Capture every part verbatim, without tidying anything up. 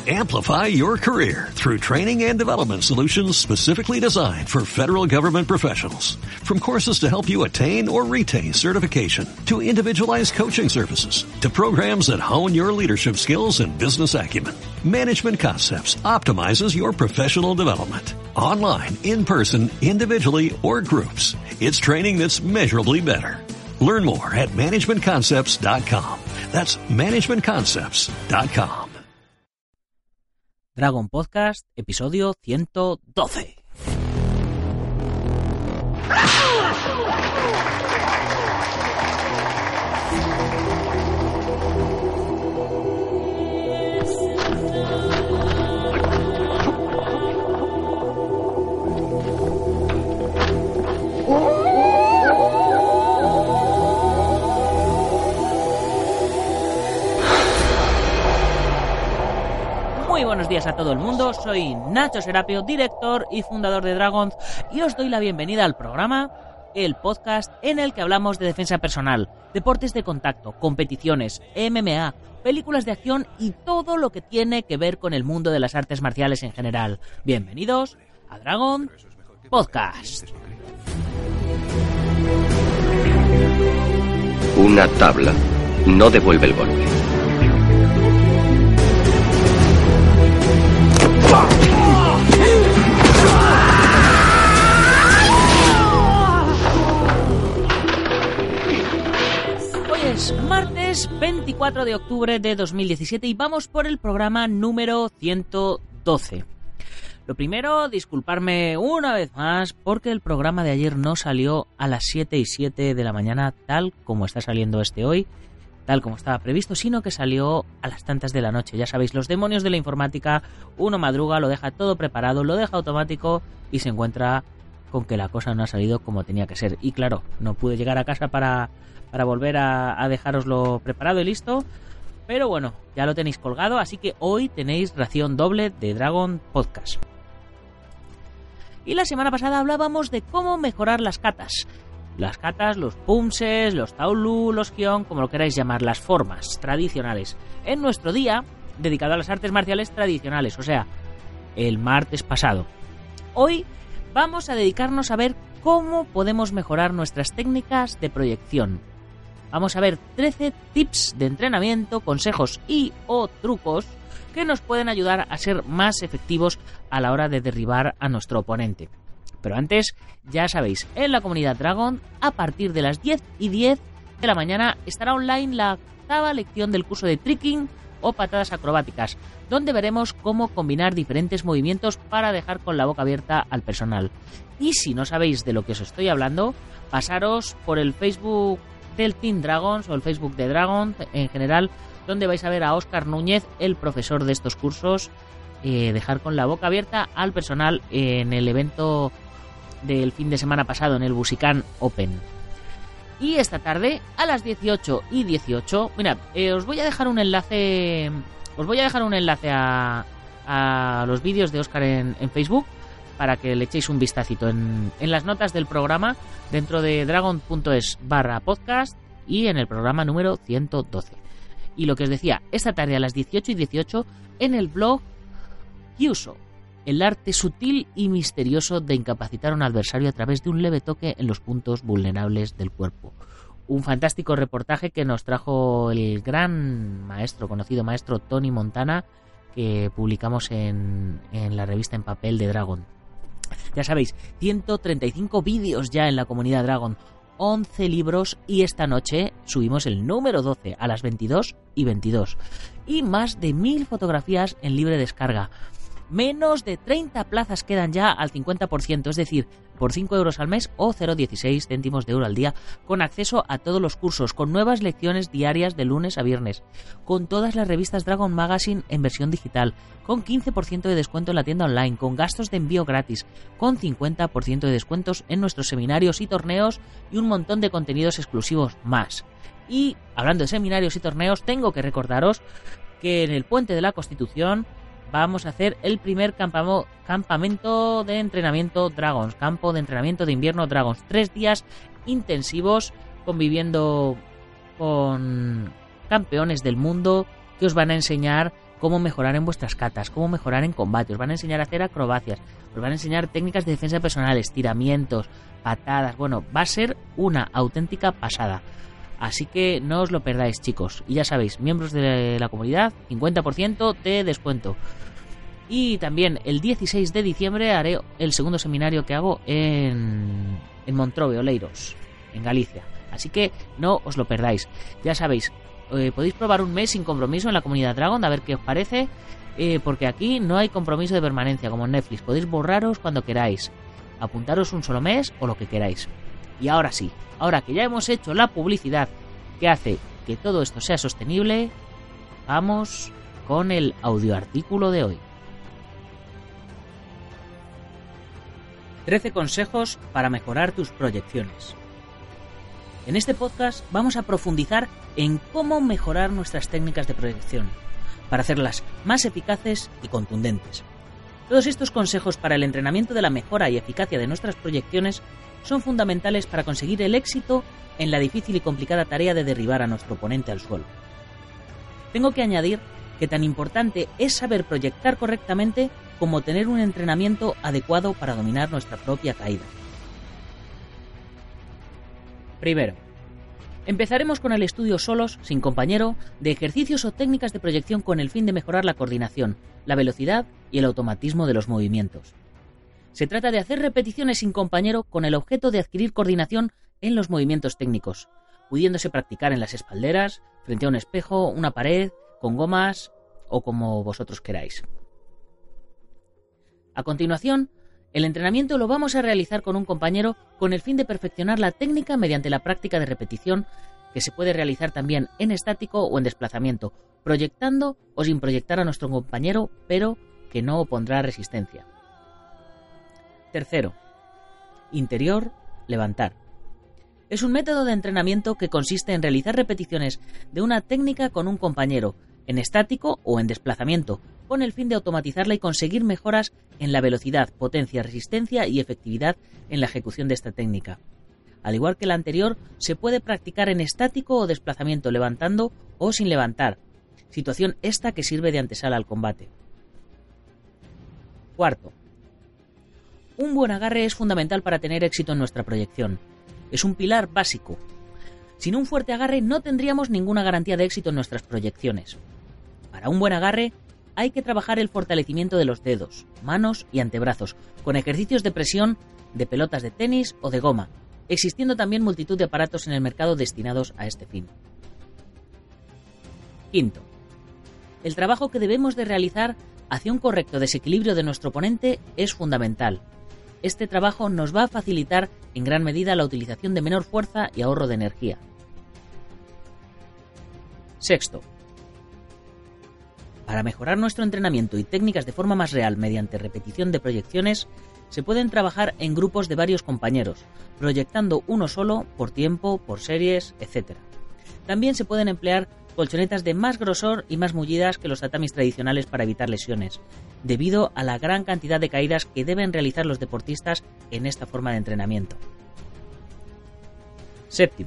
Amplify your career through training and development solutions specifically designed for federal government professionals. From courses to help you attain or retain certification, to individualized coaching services, to programs that hone your leadership skills and business acumen, Management Concepts optimizes your professional development. Online, in person, individually, or groups, it's training that's measurably better. Learn more at management concepts dot com. That's management concepts dot com. Dragon Podcast, episodio ciento doce. Muy buenos días a todo el mundo, soy Nacho Serapio, director y fundador de Dragons, y os doy la bienvenida al programa, el podcast en el que hablamos de defensa personal, deportes de contacto, competiciones, M M A, películas de acción y todo lo que tiene que ver con el mundo de las artes marciales en general. Bienvenidos a Dragon Podcast. Una tabla no devuelve el golpe. Hoy es martes veinticuatro de octubre de dos mil diecisiete y vamos por el programa número ciento doce. Lo primero, disculparme una vez más porque el programa de ayer no salió a las siete y siete de la mañana tal como está saliendo este hoy, tal como estaba previsto, sino que salió a las tantas de la noche. Ya sabéis, los demonios de la informática, uno madruga, lo deja todo preparado, lo deja automático y se encuentra con que la cosa no ha salido como tenía que ser. Y claro, no pude llegar a casa para, para volver a, a dejároslo preparado y listo, pero bueno, ya lo tenéis colgado, así que hoy tenéis ración doble de Dragon Podcast. Y la semana pasada hablábamos de cómo mejorar las katas. Las katas, los pumses, los taolu, los kion, como lo queráis llamar, las formas tradicionales. En nuestro día, dedicado a las artes marciales tradicionales, o sea, el martes pasado. Hoy vamos a dedicarnos a ver cómo podemos mejorar nuestras técnicas de proyección. Vamos a ver trece tips de entrenamiento, consejos y o trucos que nos pueden ayudar a ser más efectivos a la hora de derribar a nuestro oponente. Pero antes, ya sabéis, en la comunidad Dragon, a partir de las diez y diez de la mañana estará online la octava lección del curso de tricking o patadas acrobáticas, donde veremos cómo combinar diferentes movimientos para dejar con la boca abierta al personal. Y si no sabéis de lo que os estoy hablando, pasaros por el Facebook del Team Dragons o el Facebook de Dragon en general, donde vais a ver a Óscar Núñez, el profesor de estos cursos, eh, dejar con la boca abierta al personal en el evento del fin de semana pasado en el Busican Open. Y esta tarde a las dieciocho y dieciocho, mirad, eh, os voy a dejar un enlace, os voy a dejar un enlace a, a los vídeos de Óscar en, en Facebook para que le echéis un vistacito en, en las notas del programa dentro de dragon.es barra podcast y en el programa número ciento doce. Y lo que os decía, esta tarde a las dieciocho y dieciocho en el blog Kyuso, el arte sutil y misterioso de incapacitar a un adversario a través de un leve toque en los puntos vulnerables del cuerpo. Un fantástico reportaje que nos trajo el gran maestro, conocido maestro Tony Montana, que publicamos en, en la revista en papel de Dragon. Ya sabéis, ciento treinta y cinco vídeos ya en la comunidad Dragon, once libros y esta noche subimos el número doce a las veintidós y veintidós. Y más de mil fotografías en libre descarga. Menos de treinta plazas quedan ya al cincuenta por ciento, es decir, por cinco euros al mes o cero coma dieciséis céntimos de euro al día, con acceso a todos los cursos, con nuevas lecciones diarias de lunes a viernes, con todas las revistas Dragon Magazine en versión digital, con quince por ciento de descuento en la tienda online, con gastos de envío gratis, con cincuenta por ciento de descuentos en nuestros seminarios y torneos y un montón de contenidos exclusivos más. Y, hablando de seminarios y torneos, tengo que recordaros que en el Puente de la Constitución vamos a hacer el primer campamo, campamento de entrenamiento Dragons, campo de entrenamiento de invierno Dragons. Tres días intensivos conviviendo con campeones del mundo que os van a enseñar cómo mejorar en vuestras catas, cómo mejorar en combate, os van a enseñar a hacer acrobacias, os van a enseñar técnicas de defensa personal, estiramientos, patadas, bueno, va a ser una auténtica pasada. Así que no os lo perdáis, chicos. Y ya sabéis, miembros de la comunidad, cincuenta por ciento de descuento. Y también el dieciséis de diciembre haré el segundo seminario que hago en, en Montrove, Oleiros, en Galicia. Así que no os lo perdáis. Ya sabéis, eh, podéis probar un mes sin compromiso en la comunidad Dragon, a ver qué os parece, eh, porque aquí no hay compromiso de permanencia como en Netflix. Podéis borraros cuando queráis, apuntaros un solo mes o lo que queráis. Y ahora sí, ahora que ya hemos hecho la publicidad que hace que todo esto sea sostenible, vamos con el audioartículo de hoy. trece consejos para mejorar tus proyecciones. En este podcast vamos a profundizar en cómo mejorar nuestras técnicas de proyección, para hacerlas más eficaces y contundentes. Todos estos consejos para el entrenamiento de la mejora y eficacia de nuestras proyecciones son fundamentales para conseguir el éxito en la difícil y complicada tarea de derribar a nuestro oponente al suelo. Tengo que añadir que tan importante es saber proyectar correctamente como tener un entrenamiento adecuado para dominar nuestra propia caída. Primero, empezaremos con el estudio solos, sin compañero, de ejercicios o técnicas de proyección con el fin de mejorar la coordinación, la velocidad y el automatismo de los movimientos. Se trata de hacer repeticiones sin compañero con el objeto de adquirir coordinación en los movimientos técnicos, pudiéndose practicar en las espalderas, frente a un espejo, una pared, con gomas o como vosotros queráis. A continuación, el entrenamiento lo vamos a realizar con un compañero con el fin de perfeccionar la técnica mediante la práctica de repetición, que se puede realizar también en estático o en desplazamiento, proyectando o sin proyectar a nuestro compañero, pero que no opondrá resistencia. Tercero, interior, levantar. Es un método de entrenamiento que consiste en realizar repeticiones de una técnica con un compañero, en estático o en desplazamiento, con el fin de automatizarla y conseguir mejoras en la velocidad, potencia, resistencia y efectividad en la ejecución de esta técnica. Al igual que la anterior, se puede practicar en estático o desplazamiento, levantando o sin levantar, situación esta que sirve de antesala al combate. Cuarto, un buen agarre es fundamental para tener éxito en nuestra proyección. Es un pilar básico. Sin un fuerte agarre no tendríamos ninguna garantía de éxito en nuestras proyecciones. Para un buen agarre hay que trabajar el fortalecimiento de los dedos, manos y antebrazos, con ejercicios de presión de pelotas de tenis o de goma, existiendo también multitud de aparatos en el mercado destinados a este fin. Quinto, el trabajo que debemos de realizar hacia un correcto desequilibrio de nuestro oponente es fundamental. Este trabajo nos va a facilitar en gran medida la utilización de menor fuerza y ahorro de energía. Sexto, para mejorar nuestro entrenamiento y técnicas de forma más real mediante repetición de proyecciones, se pueden trabajar en grupos de varios compañeros, proyectando uno solo, por tiempo, por series, etcétera. También se pueden emplear colchonetas de más grosor y más mullidas que los tatamis tradicionales para evitar lesiones, debido a la gran cantidad de caídas que deben realizar los deportistas en esta forma de entrenamiento. Séptimo,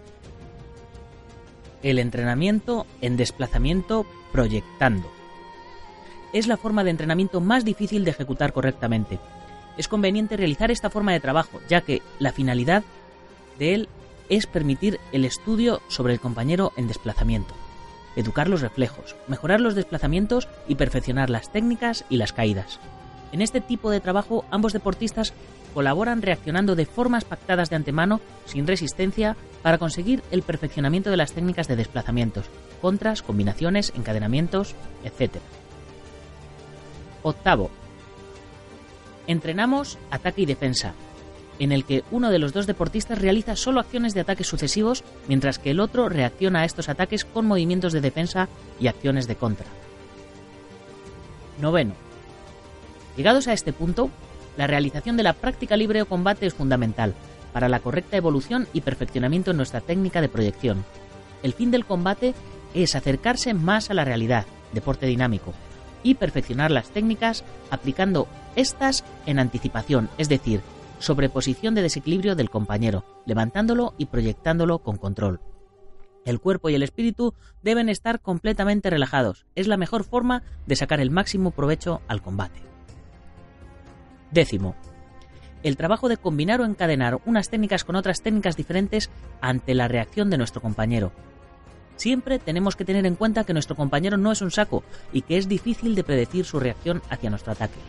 el entrenamiento en desplazamiento proyectando. Es la forma de entrenamiento más difícil de ejecutar correctamente. Es conveniente realizar esta forma de trabajo, ya que la finalidad de él es permitir el estudio sobre el compañero en desplazamiento, educar los reflejos, mejorar los desplazamientos y perfeccionar las técnicas y las caídas. En este tipo de trabajo, ambos deportistas colaboran reaccionando de formas pactadas de antemano, sin resistencia, para conseguir el perfeccionamiento de las técnicas de desplazamientos, contras, combinaciones, encadenamientos, etcétera. Octavo, entrenamos ataque y defensa, en el que uno de los dos deportistas realiza solo acciones de ataques sucesivos, mientras que el otro reacciona a estos ataques con movimientos de defensa y acciones de contra. Noveno, llegados a este punto, la realización de la práctica libre o combate es fundamental para la correcta evolución y perfeccionamiento en nuestra técnica de proyección. El fin del combate es acercarse más a la realidad, deporte dinámico, y perfeccionar las técnicas aplicando estas en anticipación, es decir, sobreposición de desequilibrio del compañero, levantándolo y proyectándolo con control. El cuerpo y el espíritu deben estar completamente relajados. Es la mejor forma de sacar el máximo provecho al combate. Décimo. El trabajo de combinar o encadenar unas técnicas con otras técnicas diferentes ante la reacción de nuestro compañero. Siempre tenemos que tener en cuenta que nuestro compañero no es un saco y que es difícil de predecir su reacción hacia nuestro ataque.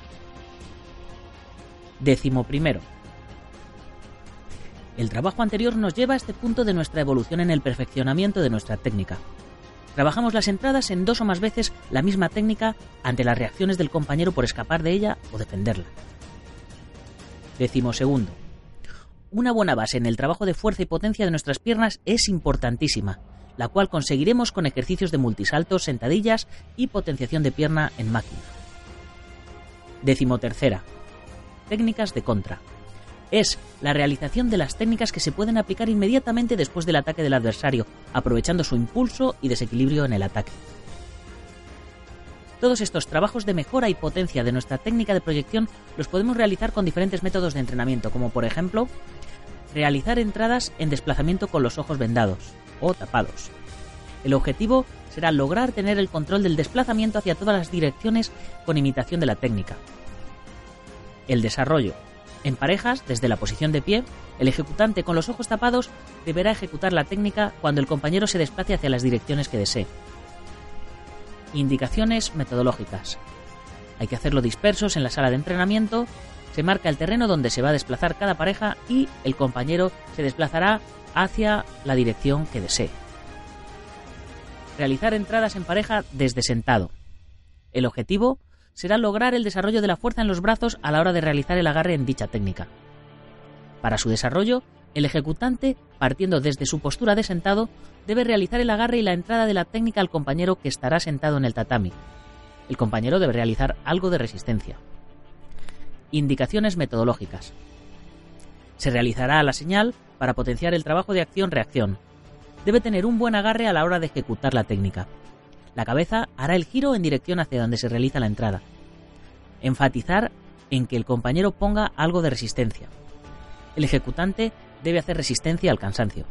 Décimo primero. El trabajo anterior nos lleva a este punto de nuestra evolución en el perfeccionamiento de nuestra técnica. Trabajamos las entradas en dos o más veces la misma técnica ante las reacciones del compañero por escapar de ella o defenderla. Décimo segundo. Una buena base en el trabajo de fuerza y potencia de nuestras piernas es importantísima, la cual conseguiremos con ejercicios de multisaltos, sentadillas y potenciación de pierna en máquina. Décimo tercera. Técnicas de contra. Es la realización de las técnicas que se pueden aplicar inmediatamente después del ataque del adversario, aprovechando su impulso y desequilibrio en el ataque. Todos estos trabajos de mejora y potencia de nuestra técnica de proyección los podemos realizar con diferentes métodos de entrenamiento, como por ejemplo, realizar entradas en desplazamiento con los ojos vendados o tapados. El objetivo será lograr tener el control del desplazamiento hacia todas las direcciones con imitación de la técnica. El desarrollo. En parejas, desde la posición de pie, el ejecutante con los ojos tapados deberá ejecutar la técnica cuando el compañero se desplace hacia las direcciones que desee. Indicaciones metodológicas. Hay que hacerlo dispersos en la sala de entrenamiento, se marca el terreno donde se va a desplazar cada pareja y el compañero se desplazará hacia la dirección que desee. Realizar entradas en pareja desde sentado. El objetivo será lograr el desarrollo de la fuerza en los brazos a la hora de realizar el agarre en dicha técnica. Para su desarrollo, el ejecutante, partiendo desde su postura de sentado, debe realizar el agarre y la entrada de la técnica al compañero que estará sentado en el tatami. El compañero debe realizar algo de resistencia. Indicaciones metodológicas. Se realizará la señal para potenciar el trabajo de acción-reacción. Debe tener un buen agarre a la hora de ejecutar la técnica. La cabeza hará el giro en dirección hacia donde se realiza la entrada. Enfatizar en que el compañero ponga algo de resistencia. El ejecutante debe hacer resistencia al cansancio.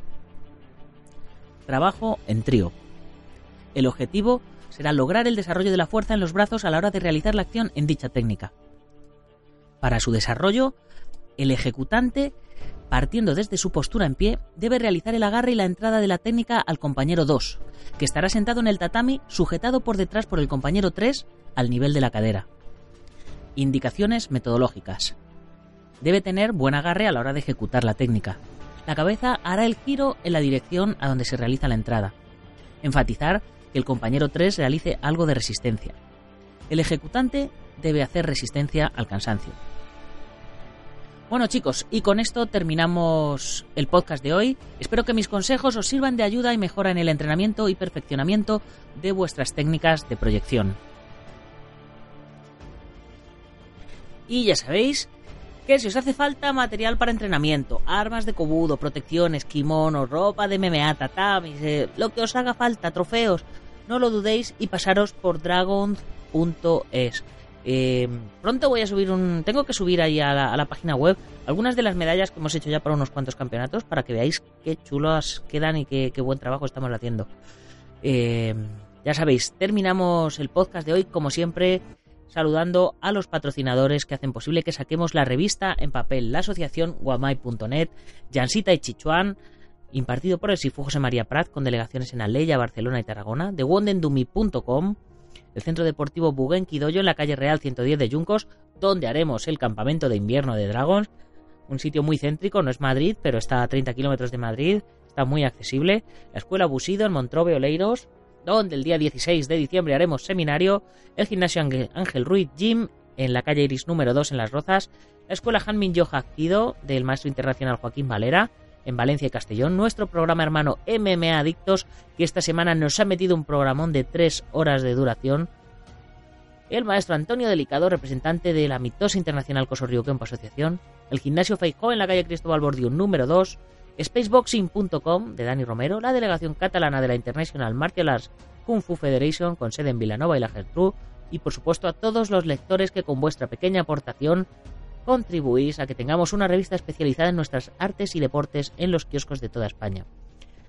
Trabajo en trío. El objetivo será lograr el desarrollo de la fuerza en los brazos a la hora de realizar la acción en dicha técnica. Para su desarrollo, el ejecutante, partiendo desde su postura en pie, debe realizar el agarre y la entrada de la técnica al compañero dos, que estará sentado en el tatami sujetado por detrás por el compañero tres al nivel de la cadera. Indicaciones metodológicas. Debe tener buen agarre a la hora de ejecutar la técnica. La cabeza hará el giro en la dirección a donde se realiza la entrada. Enfatizar que el compañero tres realice algo de resistencia. El ejecutante debe hacer resistencia al cansancio. Bueno chicos, y con esto terminamos el podcast de hoy. Espero que mis consejos os sirvan de ayuda y mejora en el entrenamiento y perfeccionamiento de vuestras técnicas de proyección. Y ya sabéis que si os hace falta material para entrenamiento, armas de kobudo, protecciones, kimonos, ropa de M M A, tatamis, eh, lo que os haga falta, trofeos, no lo dudéis y pasaros por dragons punto es. Eh, pronto voy a subir un... Tengo que subir ahí a la, a la página web algunas de las medallas que hemos hecho ya para unos cuantos campeonatos para que veáis qué chulas quedan y qué, qué buen trabajo estamos haciendo. Eh, ya sabéis, terminamos el podcast de hoy como siempre saludando a los patrocinadores que hacen posible que saquemos la revista en papel, la asociación Guamai punto net, Jansita y Chichuan, impartido por el Sifu José María Prat con delegaciones en Alella, Barcelona y Tarragona, de wondendumi punto com, el Centro Deportivo Buguenqui Dojo en la calle Real ciento diez de Yuncos, donde haremos el campamento de invierno de Dragons, un sitio muy céntrico, no es Madrid, pero está a treinta kilómetros de Madrid, está muy accesible, la Escuela Busido en Montrobe, Oleiros, donde el día dieciséis de diciembre haremos seminario, el Gimnasio Ángel Ruiz Gym en la calle Iris número dos en Las Rozas, la Escuela Hanmin Yoja Kido del maestro internacional Joaquín Valera en Valencia y Castellón, nuestro programa hermano M M A Adictos, que esta semana nos ha metido un programón de tres horas de duración, el maestro Antonio Delicado, representante de la Mitosa Internacional Cosorrío Kempo Asociación, el Gimnasio Feijó en la calle Cristóbal Bordiú número dos, spaceboxing punto com de Dani Romero, la delegación catalana de la International Martial Arts Kung Fu Federation con sede en Vilanova y la Geltrú, y por supuesto a todos los lectores que con vuestra pequeña aportación contribuís a que tengamos una revista especializada en nuestras artes y deportes en los kioscos de toda España.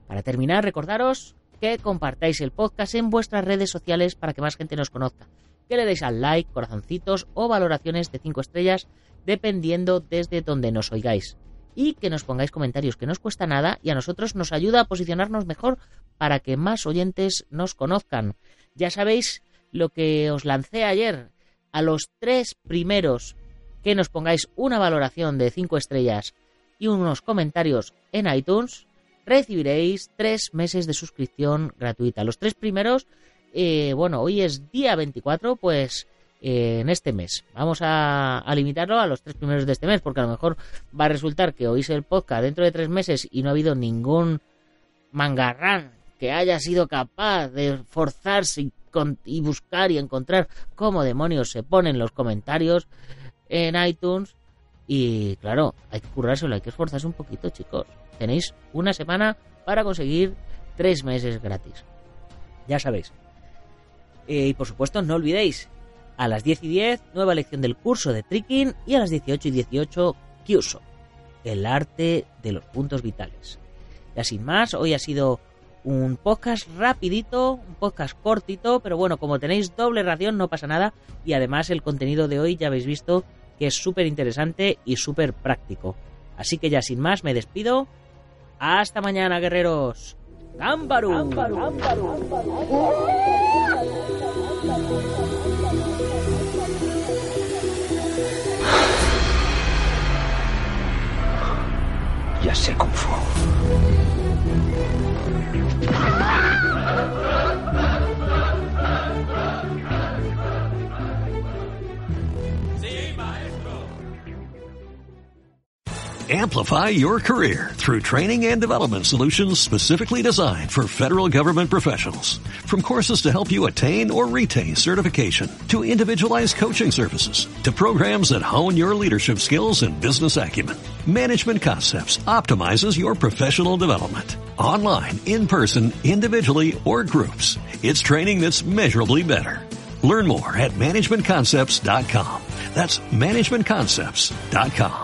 Para terminar, recordaros que compartáis el podcast en vuestras redes sociales para que más gente nos conozca, que le deis al like, corazoncitos o valoraciones de cinco estrellas dependiendo desde donde nos oigáis, y que nos pongáis comentarios, que no os cuesta nada y a nosotros nos ayuda a posicionarnos mejor para que más oyentes nos conozcan. Ya sabéis lo que os lancé ayer: a los tres primeros que nos pongáis una valoración de cinco estrellas y unos comentarios en iTunes, recibiréis tres meses de suscripción gratuita. Los tres primeros, eh, bueno, hoy es día veinticuatro, pues eh, en este mes. Vamos a, a limitarlo a los tres primeros de este mes, porque a lo mejor va a resultar que oís el podcast dentro de tres meses y no ha habido ningún mangarrán que haya sido capaz de forzarse y, con, y buscar y encontrar cómo demonios se ponen los comentarios en iTunes. Y claro, hay que currárselo, hay que esforzarse un poquito, chicos. Tenéis una semana para conseguir tres meses gratis. Ya sabéis. Eh, y por supuesto, no olvidéis, a las diez y diez, nueva lección del curso de Tricking, y a las dieciocho y dieciocho, Kyuso, el arte de los puntos vitales. Ya sin más, hoy ha sido un podcast rapidito, un podcast cortito, pero bueno, como tenéis doble ración no pasa nada, y además el contenido de hoy ya habéis visto que es súper interesante y súper práctico. Así que ya sin más me despido. Hasta mañana, guerreros. ¡Gámbaru! Ya sé Kung Fu. Amplify your career through training and development solutions specifically designed for federal government professionals. From courses to help you attain or retain certification, to individualized coaching services, to programs that hone your leadership skills and business acumen, Management Concepts optimizes your professional development. Online, in person, individually, or groups, it's training that's measurably better. Learn more at management concepts dot com. That's management concepts dot com.